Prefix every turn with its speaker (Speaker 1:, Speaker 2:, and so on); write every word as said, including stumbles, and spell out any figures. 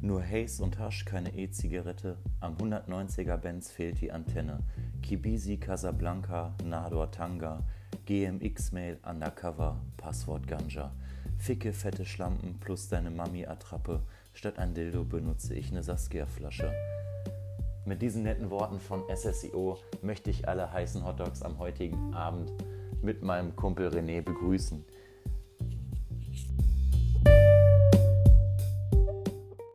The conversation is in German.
Speaker 1: Nur Haze und Hasch, keine E-Zigarette, am hundertneunziger Benz fehlt die Antenne. Kibisi, Casablanca, Nador, Tanga, G M X-Mail, Undercover, Passwort Ganja. Ficke, fette Schlampen plus deine Mami-Attrappe, statt ein Dildo benutze ich eine Saskia-Flasche. Mit diesen netten Worten von S S I O möchte ich alle heißen Hotdogs am heutigen Abend mit meinem Kumpel René begrüßen.